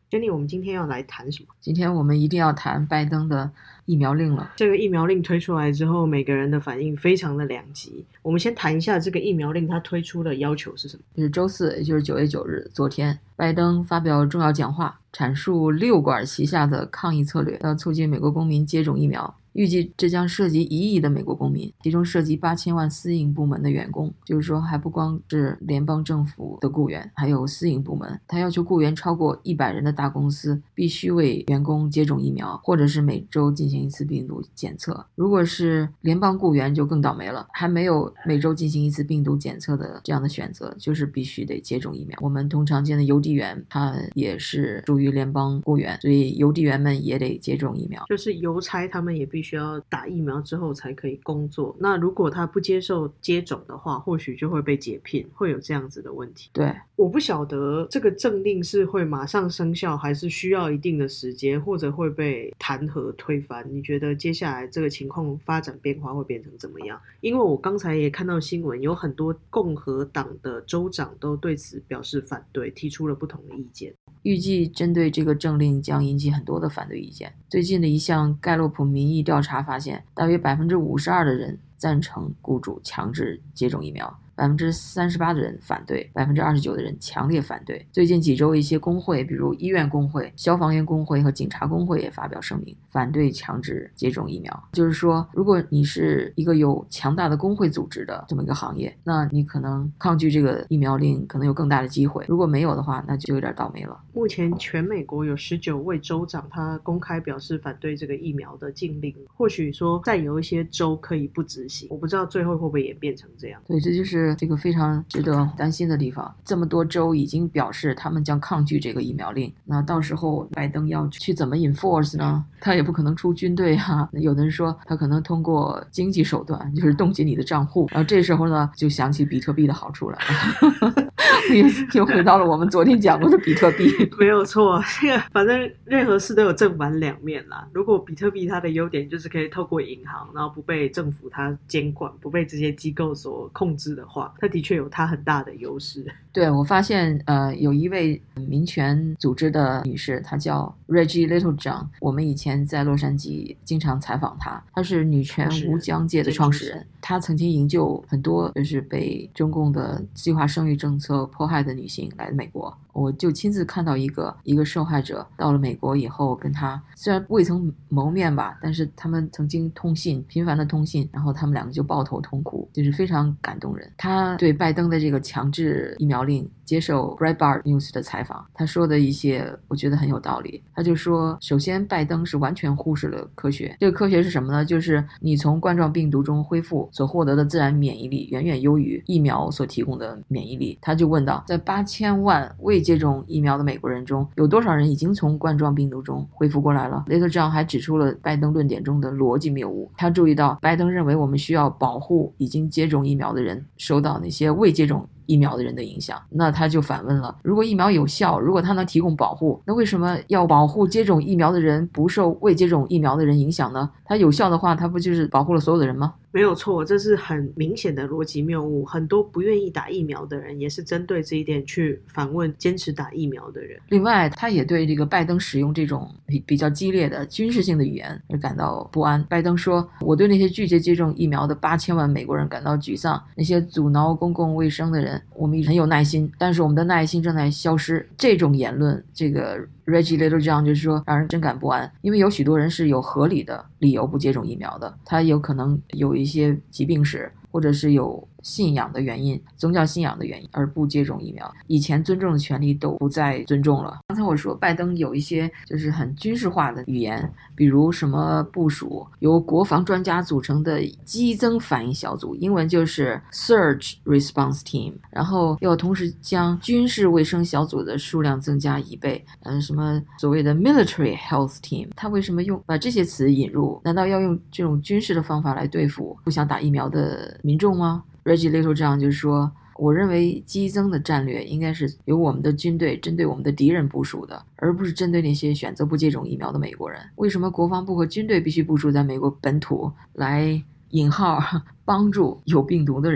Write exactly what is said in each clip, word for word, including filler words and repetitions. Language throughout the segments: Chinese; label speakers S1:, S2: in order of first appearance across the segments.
S1: Jenny，我们今天要来谈什么？
S2: 今天我们一定要谈拜登的疫苗令了。
S1: 这个疫苗令推出来之后，每个人的反应非常的两极。我们先谈一下这个疫苗令它推出的要求是什么？
S2: 就是周四，也就是九月九日，昨天，拜登发表重要讲话，阐述六管齐下的抗疫策略，要促进美国公民接种疫苗。预计这将涉及一亿的美国公民，其中涉及八千万私营部门的员工，就是说还不光是联邦政府的雇员，还有私营部门。他要求雇员超过一百人的大公司必须为员工接种疫苗，或者是每周进行一次病毒检测。如果是联邦雇员就更倒霉了，还没有每周进行一次病毒检测的这样的选择，就是必须得接种疫苗。我们通常见的邮递员，他也是属于联邦雇员，所以邮递员们也得接种疫苗。
S1: 就是邮差他们也必须要打疫苗之后才可以工作。那如果他不接受接种的话，或许就会被解聘，会有这样子的问题。
S2: 对，
S1: 我不晓得这个政令是会马上生效，还是需要一定的时间，或者会被弹劾推翻。你觉得接下来这个情况发展变化会变成怎么样？因为我刚才也看到新闻，有很多共和党的州长都对此表示反对，提出了不同的意见。
S2: 预计针对这个政令将引起很多的反对意见。最近的一项盖洛普民意调查发现，大约 百分之五十二 的人赞成雇主强制接种疫苗， 百分之三十八 的人反对， 百分之二十九 的人强烈反对。最近几周一些工会，比如医院工会、消防员工会和警察工会也发表声明，反对强制接种疫苗。就是说，如果你是一个有强大的工会组织的这么一个行业，那你可能抗拒这个疫苗令可能有更大的机会，如果没有的话，那就有点倒霉了。
S1: 目前全美国有十九位州长他公开表示反对这个疫苗的禁令，或许说再有一些州可以不执行，我不知道最后会不会演变成这样。
S2: 对，这就是这个非常值得担心的地方。这么多州已经表示他们将抗拒这个疫苗令，那到时候拜登要去怎么 enforce 呢？他也不可能出军队啊，有的人说他可能通过经济手段，就是冻结你的账户，然后这时候呢就想起比特币的好处了。又回到了我们昨天讲过的比特币。
S1: 没有错，这个反正任何事都有正反两面啦。如果比特币它的优点就是可以透过银行，然后不被政府它监管，不被这些机构所控制的话，它的确有它很大的优势。
S2: 对，我发现呃，有一位民权组织的女士，她叫 Reggie Littlejohn， 我们以前在洛杉矶经常采访她，她是女权无疆界的创始人，她曾经营救很多就是被中共的计划生育政策迫害的女性来美国。我就亲自看到一个一个受害者到了美国以后，跟他虽然未曾谋面吧，但是他们曾经通信，频繁的通信，然后他们两个就抱头痛哭，就是非常感动人。他对拜登的这个强制疫苗令接受 Breitbart News 的采访，他说的一些我觉得很有道理。他就说，首先拜登是完全忽视了科学。这个科学是什么呢？就是你从冠状病毒中恢复所获得的自然免疫力远远优于疫苗所提供的免疫力。他就问道，在八千万未接种疫苗的美国人中，有多少人已经从冠状病毒中恢复过来了？雷特这样还指出了拜登论点中的逻辑谬误。他注意到，拜登认为我们需要保护已经接种疫苗的人受到那些未接种疫苗的人的影响。那他就反问了，如果疫苗有效，如果它能提供保护，那为什么要保护接种疫苗的人不受未接种疫苗的人影响呢？它有效的话，它不就是保护了所有的人吗？
S1: 没有错，这是很明显的逻辑谬误。很多不愿意打疫苗的人也是针对这一点去反问坚持打疫苗的人。
S2: 另外，他也对这个拜登使用这种比比较激烈的军事性的语言而感到不安。拜登说，我对那些拒绝接种疫苗的八千万美国人感到沮丧，那些阻挠公共卫生的人，我们很有耐心，但是我们的耐心正在消失。这种言论，这个Reggie Littlejohn 就是说让人真感不安，因为有许多人是有合理的理由不接种疫苗的，他有可能有一些疾病史，或者是有信仰的原因，宗教信仰的原因而不接种疫苗。以前尊重的权利都不再尊重了。刚才我说拜登有一些就是很军事化的语言，比如什么部署由国防专家组成的激增反应小组，英文就是 Surge Response Team， 然后又同时将军事卫生小组的数量增加一倍，嗯、呃，什么所谓的 Military Health Team， 他为什么用把这些词引入？难道要用这种军事的方法来对付不想打疫苗的民众吗？ Reggie Littlejohn 就是说，我认为激增的战略应该是由我们的军队针对我们的敌人部署的，而不是针对那些选择不接种疫苗的美国人。为什么国防部和军队必须部署在美国本土来引号帮助有病毒的人？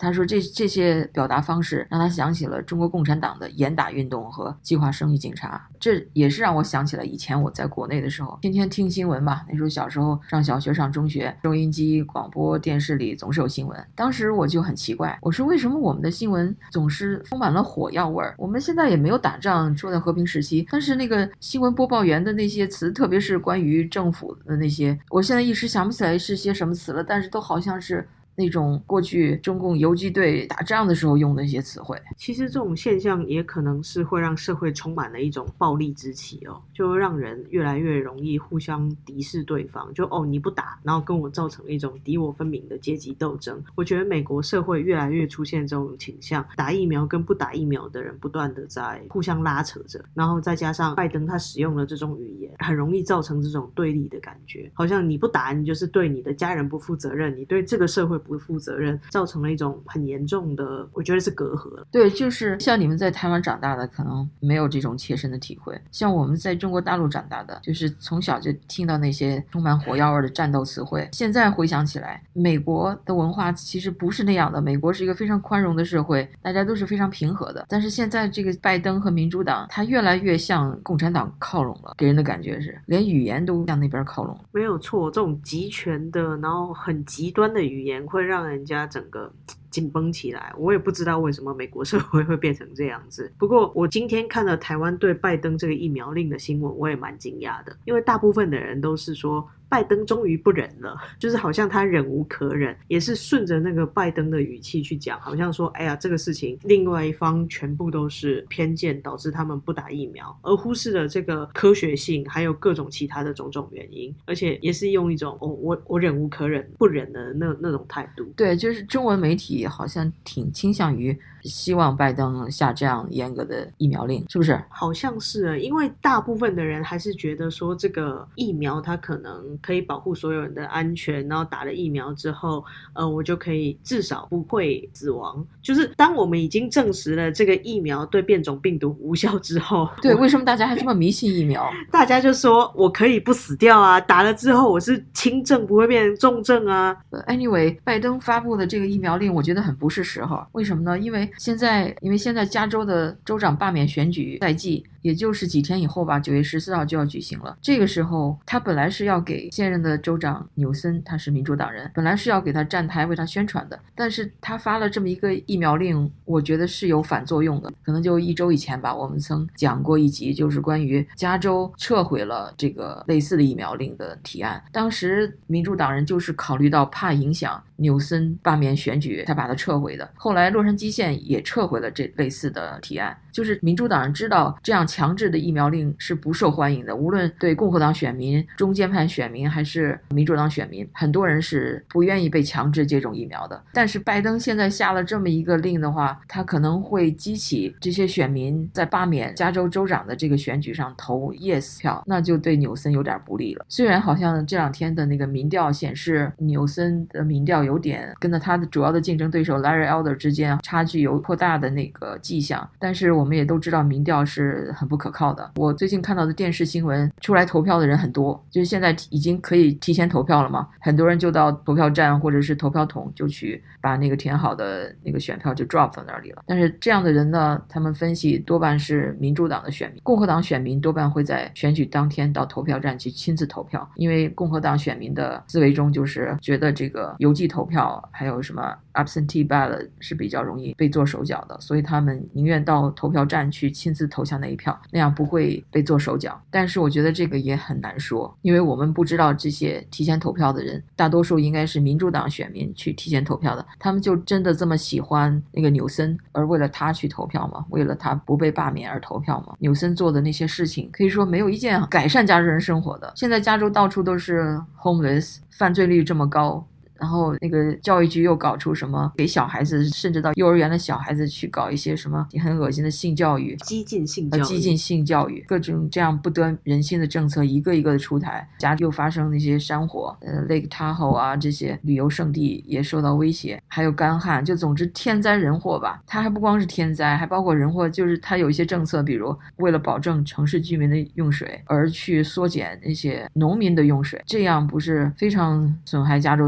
S2: 他说这这些表达方式让他想起了中国共产党的严打运动和计划生育警察，这也是让我想起了以前我在国内的时候天天听新闻嘛，那时候小时候上小学上中学，收音机广播电视里总是有新闻，当时我就很奇怪，我说为什么我们的新闻总是充满了火药味儿？我们现在也没有打仗，说在和平时期，但是那个新闻播报员的那些词，特别是关于政府的那些，我现在一时想不起来是些什么词了，但是都好像是那种过去中共游击队打仗的时候用的一些词汇。
S1: 其实这种现象也可能是会让社会充满了一种暴力之气哦，就会让人越来越容易互相敌视对方，就哦你不打，然后跟我造成一种敌我分明的阶级斗争。我觉得美国社会越来越出现这种倾向，打疫苗跟不打疫苗的人不断的在互相拉扯着，然后再加上拜登他使用了这种语言，很容易造成这种对立的感觉，好像你不打你就是对你的家人不负责任，你对这个社会不负责任，造成了一种很严重的，我觉得是隔阂。
S2: 对，就是像你们在台湾长大的可能没有这种切身的体会，像我们在中国大陆长大的，就是从小就听到那些充满火药味的战斗词汇。现在回想起来，美国的文化其实不是那样的，美国是一个非常宽容的社会，大家都是非常平和的，但是现在这个拜登和民主党他越来越向共产党靠拢了，给人的感觉是连语言都向那边靠拢。
S1: 没有错，这种集权的然后很极端的语言会让人家整个紧绷起来，我也不知道为什么美国社会会变成这样子。不过我今天看了台湾对拜登这个疫苗令的新闻，我也蛮惊讶的，因为大部分的人都是说拜登终于不忍了，就是好像他忍无可忍，也是顺着那个拜登的语气去讲，好像说哎呀这个事情另外一方全部都是偏见导致他们不打疫苗，而忽视了这个科学性还有各种其他的种种原因，而且也是用一种、哦、我我忍无可忍不忍的那那种态度。
S2: 对，就是中文媒体好像挺倾向于希望拜登下这样严格的疫苗令，是不是？
S1: 好像是，因为大部分的人还是觉得说这个疫苗它可能可以保护所有人的安全，然后打了疫苗之后呃，我就可以至少不会死亡。就是当我们已经证实了这个疫苗对变种病毒无效之后，
S2: 对，为什么大家还这么迷信疫苗？
S1: 大家就说我可以不死掉啊，打了之后我是轻症不会变成重症啊。
S2: Anyway， 拜登发布的这个疫苗令我觉得很不是时候。为什么呢？因为现在因为现在加州的州长罢免选举在即，也就是几天以后吧，九月十四号就要举行了。这个时候他本来是要给现任的州长纽森，他是民主党人，本来是要给他站台为他宣传的，但是他发了这么一个疫苗令，我觉得是有反作用的。可能就一周以前吧，我们曾讲过一集，就是关于加州撤回了这个类似的疫苗令的提案，当时民主党人就是考虑到怕影响纽森罢免选举才把它撤回的。后来洛杉矶县也撤回了这类似的提案，就是民主党人知道这样强制的疫苗令是不受欢迎的，无论对共和党选民、中间派选民还是民主党选民，很多人是不愿意被强制接种疫苗的。但是拜登现在下了这么一个令的话，他可能会激起这些选民在罢免加州州长的这个选举上投 yes 票，那就对纽森有点不利了。虽然好像这两天的那个民调显示纽森的民调有点跟着他的主要的竞争对手 Larry Elder 之间差距有扩大的那个迹象，但是我们也都知道民调是很不可靠的。我最近看到的电视新闻，出来投票的人很多，就是现在已经可以提前投票了嘛，很多人就到投票站或者是投票筒就去把那个填好的那个选票就 drop 到那里了。但是这样的人呢，他们分析多半是民主党的选民，共和党选民多半会在选举当天到投票站去亲自投票，因为共和党选民的思维中就是觉得这个邮寄投票还有什么 absentee ballot 是比较容易被做手脚的，所以他们宁愿到投票站去亲自投下那一票，那样不会被做手脚。但是我觉得这个也很难说，因为我们不知道这些提前投票的人大多数应该是民主党选民去提前投票的，他们就真的这么喜欢那个纽森而为了他去投票吗？为了他不被罢免而投票吗？纽森做的那些事情可以说没有一件改善加州人生活的。现在加州到处都是 homeless， 犯罪率这么高，然后那个教育局又搞出什么给小孩子甚至到幼儿园的小孩子去搞一些什么很恶心的性教育，
S1: 激进性教育、
S2: 呃、激进性教育，各种这样不得人心的政策一个一个的出台。加州又发生那些山火，呃 Lake Tahoe 啊，这些旅游胜地也受到威胁，还有干旱，就总之天灾人祸吧。它还不光是天灾，还包括人祸，就是它有一些政策，比如为了保证城市居民的用水而去缩减那些农民的用水，这样不是非常损害加州的农业吗？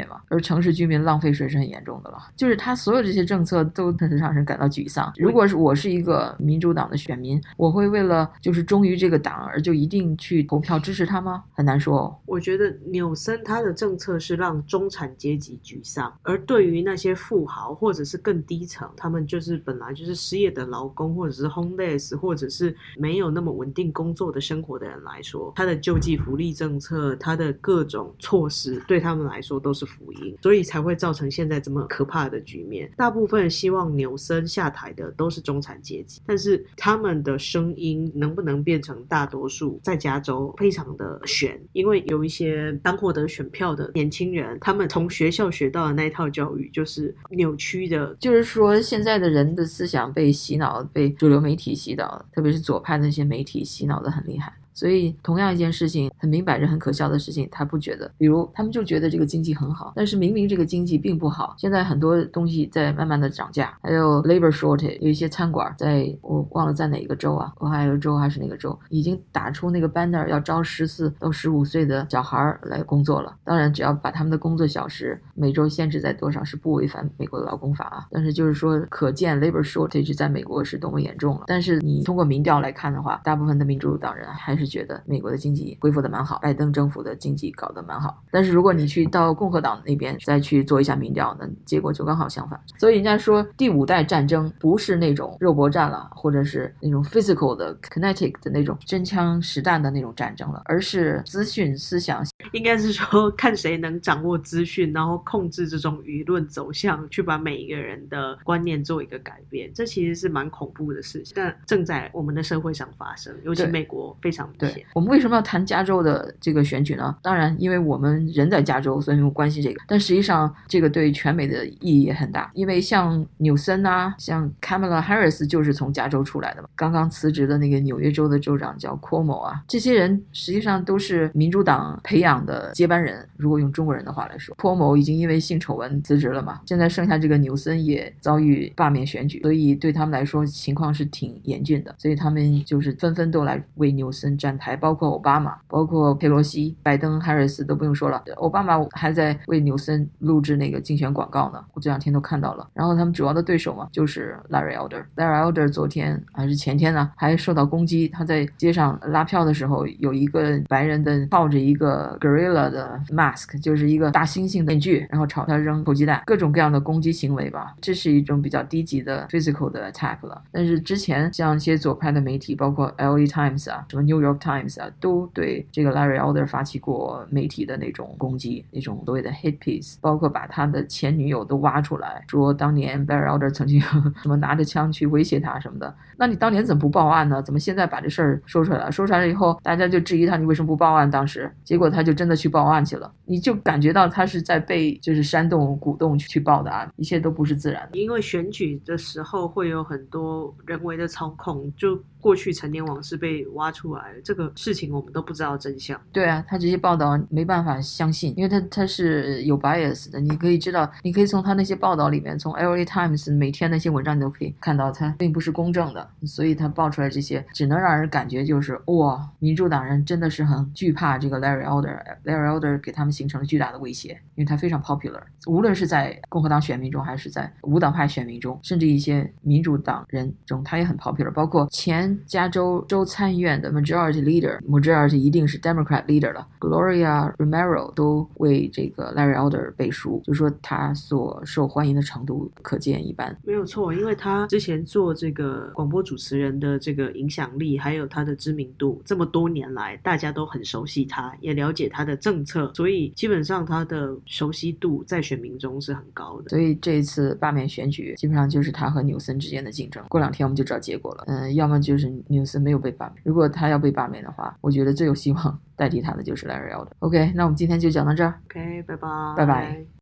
S2: 嘛，而城市居民浪费水是很严重的了。就是他所有这些政策都让人感到沮丧。如果是我是一个民主党的选民，我会为了就是忠于这个党而就一定去投票支持他吗？很难说哦。
S1: 我觉得纽森他的政策是让中产阶级沮丧，而对于那些富豪或者是更低层，他们就是本来就是失业的劳工，或者是 homeless， 或者是没有那么稳定工作的生活的人来说，他的救济福利政策，他的各种措施对他们来说都是福音，所以才会造成现在这么可怕的局面。大部分希望纽森下台的都是中产阶级，但是他们的声音能不能变成大多数，在加州非常的悬，因为有一些刚获得选票的年轻人，他们从学校学到的那一套教育就是扭曲的。
S2: 就是说现在的人的思想被洗脑，被主流媒体洗脑，特别是左派的那些媒体洗脑的很厉害。所以同样一件事情，很明摆着很可笑的事情，他不觉得，比如他们就觉得这个经济很好，但是明明这个经济并不好，现在很多东西在慢慢的涨价，还有 labor shortage， 有一些餐馆在我忘了在哪个州啊，俄亥俄州还是哪个州，已经打出那个 banner 要招十四到十五岁的小孩来工作了。当然只要把他们的工作小时每周限制在多少是不违反美国的劳工法啊，但是就是说可见 labor shortage 在美国是多么严重了。但是你通过民调来看的话，大部分的民主党人还是觉得美国的经济恢复的蛮好，拜登政府的经济搞得蛮好。但是如果你去到共和党那边再去做一下民调，那结果就刚好相反。所以人家说第五代战争不是那种肉搏战了，或者是那种 physical 的 kinetic 的那种真枪实弹的那种战争了，而是资讯思想，
S1: 应该是说看谁能掌握资讯，然后控制这种舆论走向，去把每一个人的观念做一个改变。这其实是蛮恐怖的事情，但正在我们的社会上发生，尤其美国非常明显。
S2: 我们为什么要谈加州的这个选举呢？当然因为我们人在加州，所以我们关心这个，但实际上这个对全美的意义也很大。因为像纽森啊，像 Kamala Harris 就是从加州出来的嘛，刚刚辞职的那个纽约州的州长叫 Cuomo 啊，这些人实际上都是民主党培养的接班人，如果用中国人的话来说。 Cuomo 已经因为性丑闻辞职了嘛，现在剩下这个纽森也遭遇罢免选举，所以对他们来说情况是挺严峻的，所以他们就是纷纷都来为纽森站台，包括奥巴马，包括佩洛西，拜登、哈里斯都不用说了，奥巴马还在为纽森录制那个竞选广告呢，我这两天都看到了。然后他们主要的对手嘛，就是 Larry Elder。 Larry Elder 昨天还是前天呢，还受到攻击，他在街上拉票的时候，有一个白人的抱着一个 gorilla 的 mask， 就是一个大猩猩的面具，然后朝他扔投鸡蛋，各种各样的攻击行为吧，这是一种比较低级的 physical 的 attack 了。但是之前像一些左派的媒体，包括 L A Times 啊，什么 New York Times 啊，都对这个 Larry Elder 发起过媒体的那种攻击，那种所谓的 hate piece， 包括把他的前女友都挖出来，说当年 Larry Elder 曾经什么拿着枪去威胁他什么的。那你当年怎么不报案呢？怎么现在把这事儿说出来了？说出来了以后，大家就质疑他，你为什么不报案？当时结果他就真的去报案去了，你就感觉到他是在被就是煽动鼓动去报的案，一切都不是自然的。
S1: 因为选举的时候会有很多人为的操控，就过去陈年往事被挖出来，这个事情我们都不知道真相。
S2: 对啊，他这些报道没办法相信，因为他他是有 bias 的。你可以知道，你可以从他那些报道里面，从 L A Times 每天那些文章你都可以看到，他并不是公正的，所以他报出来这些只能让人感觉就是哇，民主党人真的是很惧怕这个 Larry Elder， Larry Elder 给他们形成了巨大的威胁，因为他非常 popular， 无论是在共和党选民中还是在无党派选民中，甚至一些民主党人中他也很 popular， 包括前加州州参议院的 majority leader， majority 一定是 Democrat leader 了， Gloria Romero 都为这个 Larry Elder 背书，就说他所受欢迎的程度可见一斑。
S1: 没有错，因为他之前做这个广播主持人的这个影响力还有他的知名度，这么多年来大家都很熟悉他，也了解他的政策，所以基本上他的熟悉度在选民中是很高的。
S2: 所以这一次罢免选举基本上就是他和纽森之间的竞争，过两天我们就知道结果了。嗯，要么就是纽森没有被罢免，如果他要被罢免的话，我觉得最有希望代替他的就是 Larry Elder。 OK， 那我们今天就讲到这儿。
S1: OK， 拜拜
S2: 拜拜。